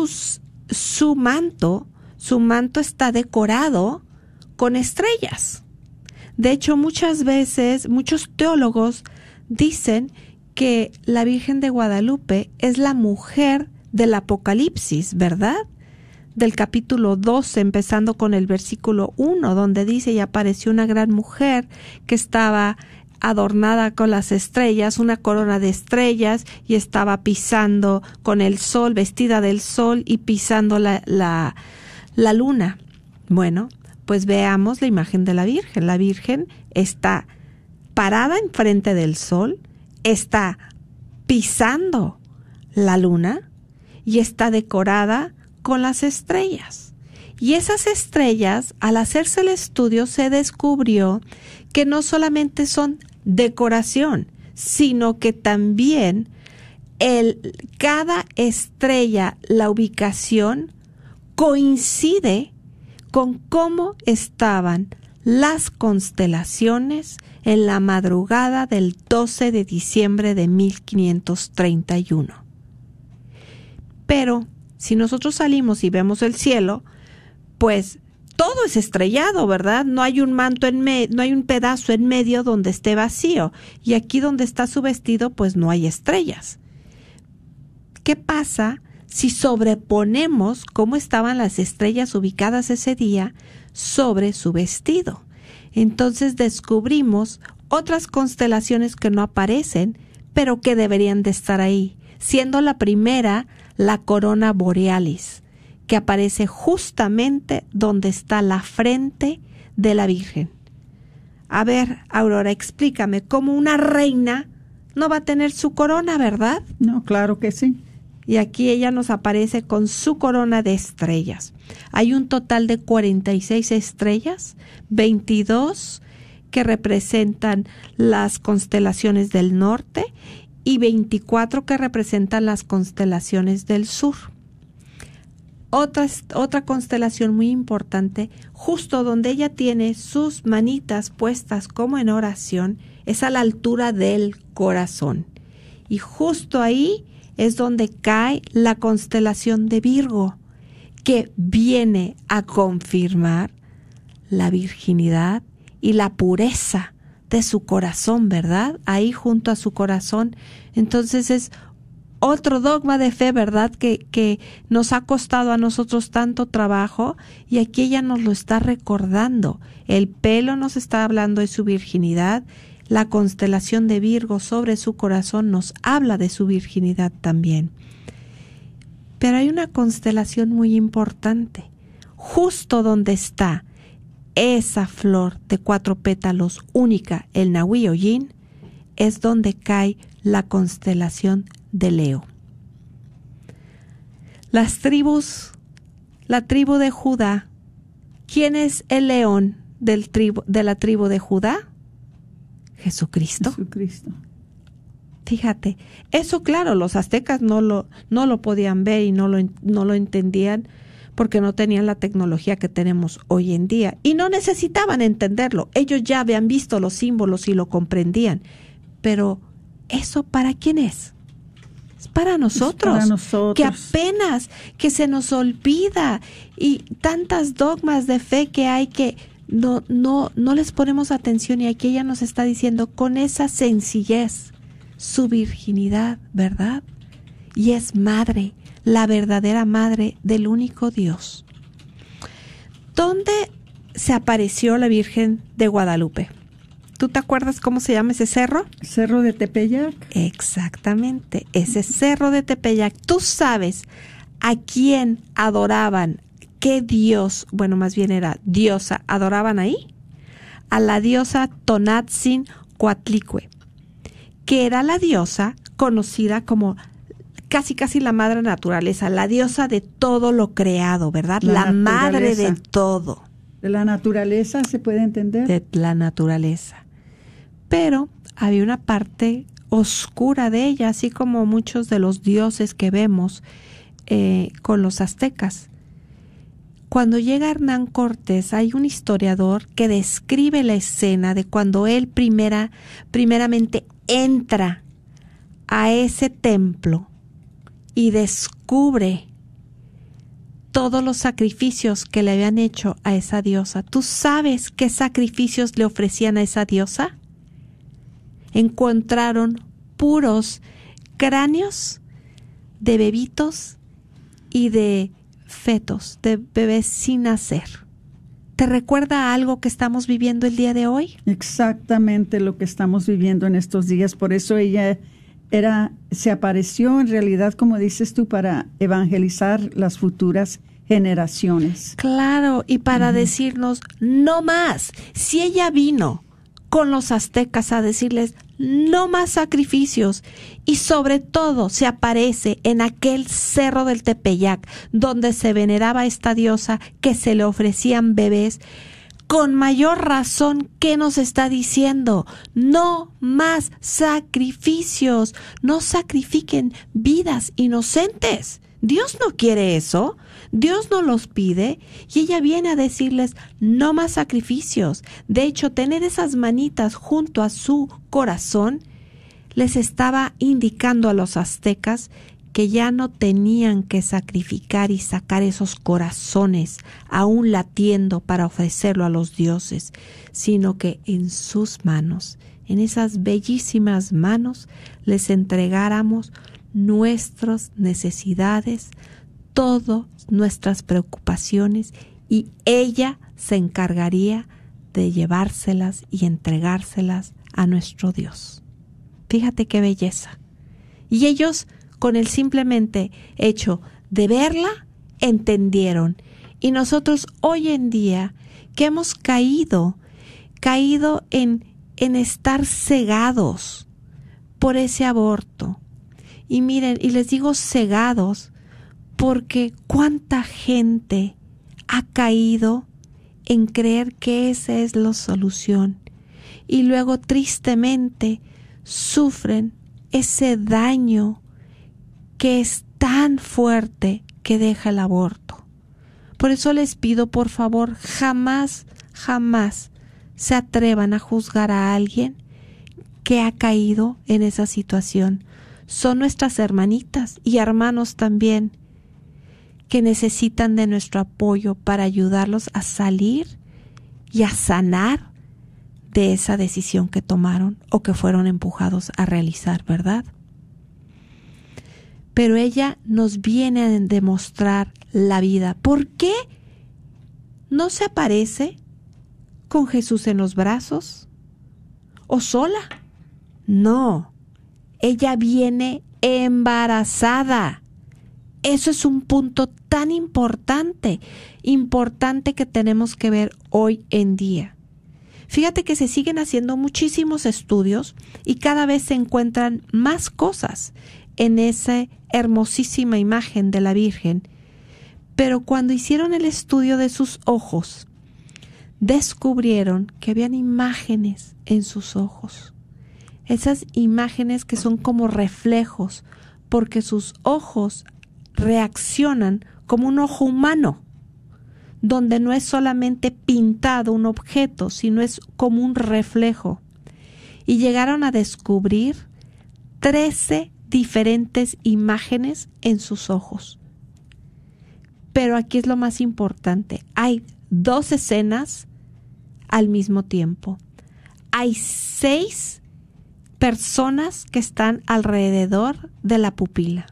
su manto está decorado con estrellas. De hecho, muchas veces, muchos teólogos dicen que la Virgen de Guadalupe es la mujer del Apocalipsis, ¿verdad? Del capítulo 12, empezando con el versículo 1, donde dice, y apareció una gran mujer que estaba adornada con las estrellas, una corona de estrellas, y estaba pisando con el sol, vestida del sol, y pisando la luna. Bueno, pues veamos la imagen de la Virgen. La Virgen está parada enfrente del sol, está pisando la luna y está decorada con las estrellas. Y esas estrellas, al hacerse el estudio, se descubrió que no solamente son decoración, sino que también cada estrella, la ubicación, coincide con cómo estaban las constelaciones en la madrugada del 12 de diciembre de 1531. Pero si nosotros salimos y vemos el cielo, pues todo es estrellado, ¿verdad? No hay un manto no hay un pedazo en medio donde esté vacío. Y aquí donde está su vestido, pues no hay estrellas. ¿Qué pasa si sobreponemos cómo estaban las estrellas ubicadas ese día sobre su vestido? Entonces descubrimos otras constelaciones que no aparecen, pero que deberían de estar ahí, siendo la primera la corona borealis, que aparece justamente donde está la frente de la Virgen. A ver, Aurora, explícame, ¿cómo una reina no va a tener su corona, verdad? No, claro que sí. Y aquí ella nos aparece con su corona de estrellas. Hay un total de 46 estrellas, 22 que representan las constelaciones del norte y 24 que representan las constelaciones del sur. Otra constelación muy importante, justo donde ella tiene sus manitas puestas como en oración, es a la altura del corazón. Y justo ahí es donde cae la constelación de Virgo, que viene a confirmar la virginidad y la pureza de su corazón, ¿verdad? Ahí junto a su corazón. Entonces es otro dogma de fe, ¿verdad? Que nos ha costado a nosotros tanto trabajo, y aquí ella nos lo está recordando. El pelo nos está hablando de su virginidad. La constelación de Virgo sobre su corazón nos habla de su virginidad también. Pero hay una constelación muy importante. Justo donde está esa flor de 4 pétalos única, el Nahui-Yin, es donde cae la constelación de Leo. Las tribus, la tribu de Judá. ¿Quién es el león de la tribu de Judá? Jesucristo. Fíjate, eso claro, los aztecas no lo podían ver y no lo entendían porque no tenían la tecnología que tenemos hoy en día y no necesitaban entenderlo. Ellos ya habían visto los símbolos y lo comprendían. Pero ¿eso para quién es? Es para nosotros, que apenas que se nos olvida, y tantas dogmas de fe que hay que no les ponemos atención, y aquí ella nos está diciendo con esa sencillez su virginidad, ¿verdad? Y es madre, la verdadera madre del único Dios. ¿Dónde se apareció la Virgen de Guadalupe? ¿Tú te acuerdas cómo se llama ese cerro? Cerro de Tepeyac. Exactamente, ese cerro de Tepeyac. ¿Tú sabes a quién adoraban? ¿Qué dios, bueno, más bien era diosa, adoraban ahí? A la diosa Tonatzin Coatlicue, que era la diosa conocida como casi la madre naturaleza, la diosa de todo lo creado, ¿verdad? La madre de todo. De la naturaleza, ¿se puede entender? De la naturaleza. Pero había una parte oscura de ella, así como muchos de los dioses que vemos con los aztecas. Cuando llega Hernán Cortés, hay un historiador que describe la escena de cuando él primeramente entra a ese templo y descubre todos los sacrificios que le habían hecho a esa diosa. ¿Tú sabes qué sacrificios le ofrecían a esa diosa? Encontraron puros cráneos de bebitos y de fetos, de bebés sin nacer. ¿Te recuerda algo que estamos viviendo el día de hoy? Exactamente lo que estamos viviendo en estos días. Por eso ella se apareció en realidad, como dices tú, para evangelizar las futuras generaciones. Claro, y para decirnos, no más. Si ella vino con los aztecas a decirles, no más sacrificios, y sobre todo se aparece en aquel cerro del Tepeyac, donde se veneraba esta diosa, que se le ofrecían bebés, con mayor razón, ¿qué nos está diciendo? No más sacrificios, no sacrifiquen vidas inocentes. Dios no quiere eso, Dios no los pide, y ella viene a decirles, no más sacrificios. De hecho, tener esas manitas junto a su corazón les estaba indicando a los aztecas que ya no tenían que sacrificar y sacar esos corazones aún latiendo para ofrecerlo a los dioses, sino que en sus manos, en esas bellísimas manos, les entregáramos nuestras necesidades, todas nuestras preocupaciones, y ella se encargaría de llevárselas y entregárselas a nuestro Dios. Fíjate qué belleza. Y ellos, con el simplemente hecho de verla, entendieron. Y nosotros hoy en día, que hemos caído en estar cegados por ese aborto. Y miren, y les digo cegados, porque cuánta gente ha caído en creer que esa es la solución. Y luego tristemente sufren ese daño que es tan fuerte que deja el aborto. Por eso les pido, por favor, jamás se atrevan a juzgar a alguien que ha caído en esa situación. Son nuestras hermanitas y hermanos también, que necesitan de nuestro apoyo para ayudarlos a salir y a sanar de esa decisión que tomaron o que fueron empujados a realizar, ¿verdad? Pero ella nos viene a demostrar la vida. ¿Por qué no se aparece con Jesús en los brazos o sola? No, ella viene embarazada. Eso es un punto tan importante que tenemos que ver hoy en día. Fíjate que se siguen haciendo muchísimos estudios y cada vez se encuentran más cosas en esa hermosísima imagen de la Virgen. Pero cuando hicieron el estudio de sus ojos, descubrieron que habían imágenes en sus ojos. Esas imágenes que son como reflejos, porque sus ojos reaccionan como un ojo humano, donde no es solamente pintado un objeto, sino es como un reflejo. Y llegaron a descubrir 13 diferentes imágenes en sus ojos. Pero aquí es lo más importante. Hay 2 escenas al mismo tiempo. Hay 6 personas que están alrededor de la pupila.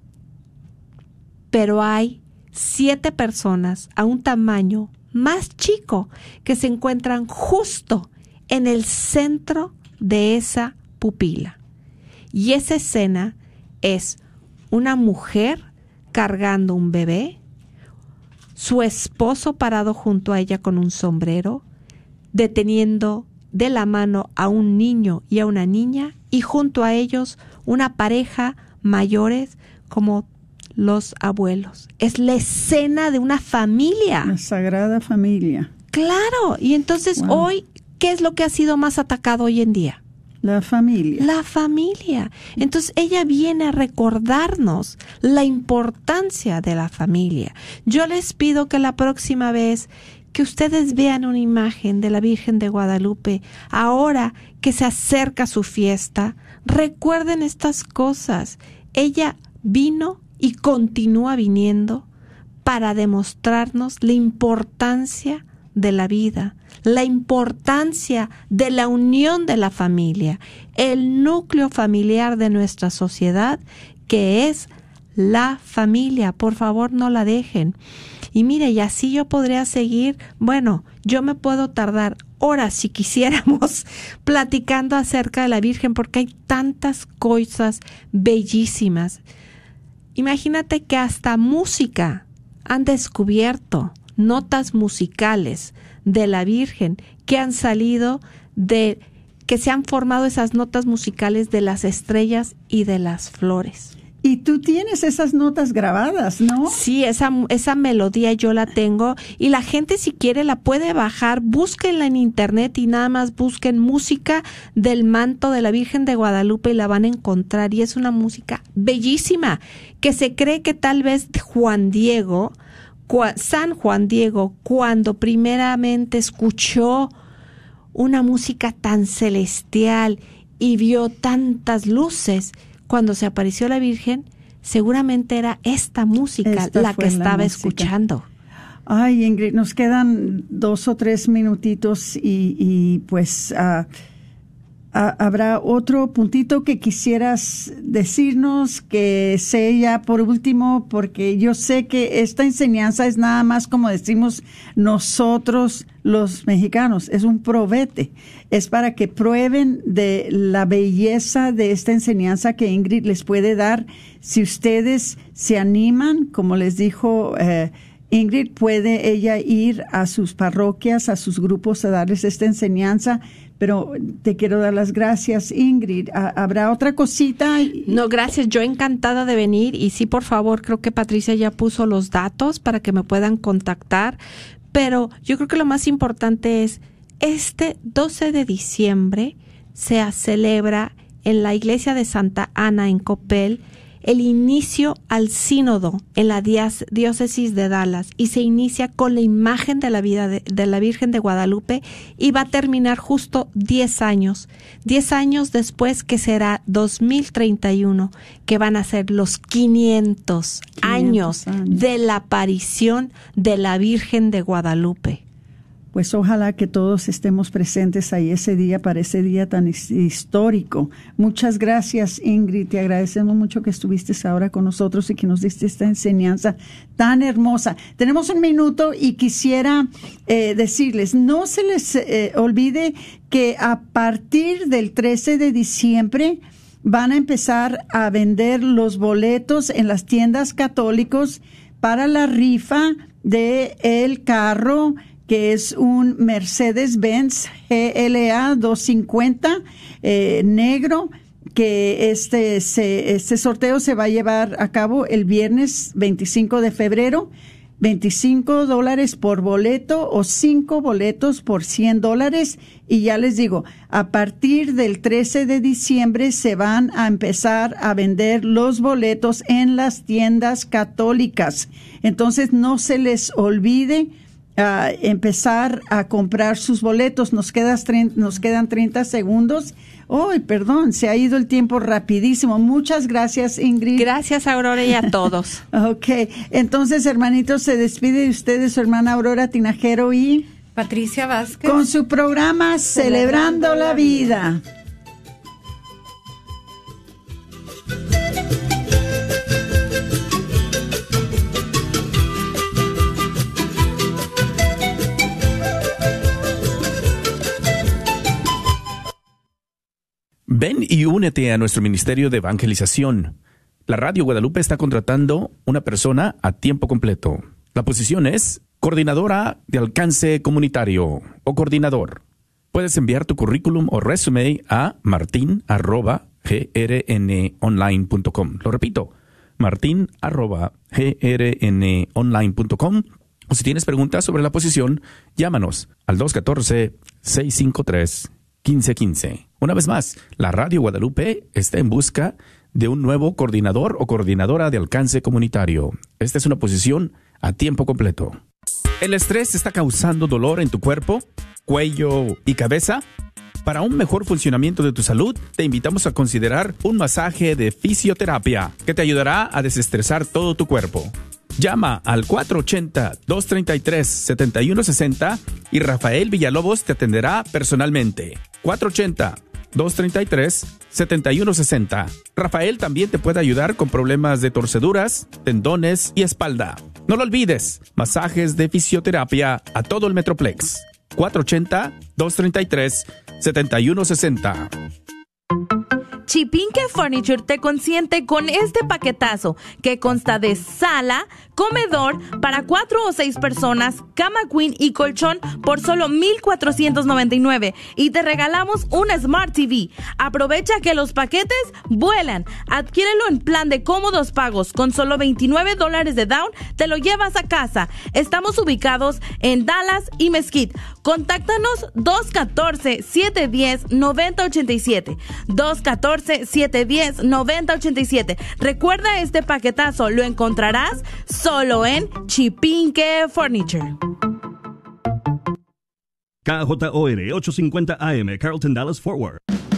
Pero hay 7 personas a un tamaño más chico que se encuentran justo en el centro de esa pupila. Y esa escena es una mujer cargando un bebé, su esposo parado junto a ella con un sombrero, deteniendo de la mano a un niño y a una niña, y junto a ellos una pareja mayores como los abuelos. Es la escena de una familia. La Sagrada Familia. Claro, y entonces hoy, ¿qué es lo que ha sido más atacado hoy en día? La familia. La familia. Entonces ella viene a recordarnos la importancia de la familia. Yo les pido que la próxima vez que ustedes vean una imagen de la Virgen de Guadalupe, ahora que se acerca su fiesta, recuerden estas cosas. Ella vino y continúa viniendo para demostrarnos la importancia de la vida, la importancia de la unión de la familia, el núcleo familiar de nuestra sociedad, que es la familia. Por favor, no la dejen. Y mire, y así yo podría seguir, bueno, yo me puedo tardar horas si quisiéramos platicando acerca de la Virgen, porque hay tantas cosas bellísimas. Imagínate que hasta música han descubierto notas musicales de la Virgen que han salido que se han formado esas notas musicales de las estrellas y de las flores. Y tú tienes esas notas grabadas, ¿no? Sí, esa melodía yo la tengo y la gente si quiere la puede bajar, búsquenla en internet y nada más busquen música del manto de la Virgen de Guadalupe y la van a encontrar y es una música bellísima que se cree que tal vez San Juan Diego, cuando primeramente escuchó una música tan celestial y vio tantas luces, cuando se apareció la Virgen, seguramente era esta música la que estaba escuchando. Ay, Ingrid, nos quedan 2 o 3 minutitos y pues habrá otro puntito que quisieras decirnos, que sea ya por último, porque yo sé que esta enseñanza es nada más como decimos nosotros los mexicanos, es un probete, es para que prueben de la belleza de esta enseñanza que Ingrid les puede dar. Si ustedes se animan, como les dijo Ingrid, puede ella ir a sus parroquias, a sus grupos a darles esta enseñanza. Pero te quiero dar las gracias, Ingrid. ¿Habrá otra cosita? No, gracias. Yo encantada de venir. Y sí, por favor, creo que Patricia ya puso los datos para que me puedan contactar. Pero yo creo que lo más importante es, este 12 de diciembre se celebra en la iglesia de Santa Ana en Coppel el inicio al sínodo en la diócesis de Dallas y se inicia con la imagen de la vida de la Virgen de Guadalupe y va a terminar justo 10 años después, que será 2031, que van a ser los 500 años de la aparición de la Virgen de Guadalupe. Pues ojalá que todos estemos presentes ahí ese día, para ese día tan histórico. Muchas gracias, Ingrid. Te agradecemos mucho que estuviste ahora con nosotros y que nos diste esta enseñanza tan hermosa. Tenemos un minuto y quisiera decirles, no se les olvide que a partir del 13 de diciembre van a empezar a vender los boletos en las tiendas católicos para la rifa de el carro, que es un Mercedes-Benz GLA 250 negro, que este sorteo se va a llevar a cabo el viernes 25 de febrero. $25 por boleto o 5 boletos por $100. Y ya les digo, a partir del 13 de diciembre se van a empezar a vender los boletos en las tiendas católicas. Entonces no se les olvide empezar a comprar sus boletos. Nos quedan 30 segundos. ¡Ay, perdón! Se ha ido el tiempo rapidísimo. Muchas gracias, Ingrid. Gracias, Aurora, y a todos. Ok. Entonces, hermanitos, se despide de ustedes su hermana Aurora Tinajero y Patricia Vázquez, con su programa Celebrando la Vida. Ven y únete a nuestro ministerio de evangelización. La Radio Guadalupe está contratando una persona a tiempo completo. La posición es coordinadora de alcance comunitario o coordinador. Puedes enviar tu currículum o resume a martin@grnonline.com. Lo repito, martin@grnonline.com. O si tienes preguntas sobre la posición, llámanos al 214-653-1515. Una vez más, la Radio Guadalupe está en busca de un nuevo coordinador o coordinadora de alcance comunitario. Esta es una posición a tiempo completo. ¿El estrés está causando dolor en tu cuerpo, cuello y cabeza? Para un mejor funcionamiento de tu salud, te invitamos a considerar un masaje de fisioterapia que te ayudará a desestresar todo tu cuerpo. Llama al 480-233-7160 y Rafael Villalobos te atenderá personalmente. 480-233-7160. Rafael también te puede ayudar con problemas de torceduras, tendones y espalda. No lo olvides, masajes de fisioterapia a todo el Metroplex. 480-233-7160. Chipinque Furniture te consiente con este paquetazo que consta de sala, comedor para 4 o 6 personas, cama queen y colchón por solo $1,499 y te regalamos una Smart TV. Aprovecha que los paquetes vuelan. Adquiérelo en plan de cómodos pagos con solo $29 de down, te lo llevas a casa. Estamos ubicados en Dallas y Mesquite. Contáctanos 214-710-9087. 214-710-9087. Recuerda, este paquetazo lo encontrarás solo en Chipinque Furniture. KJOR 850 AM, Carlton, Dallas, Fort Worth.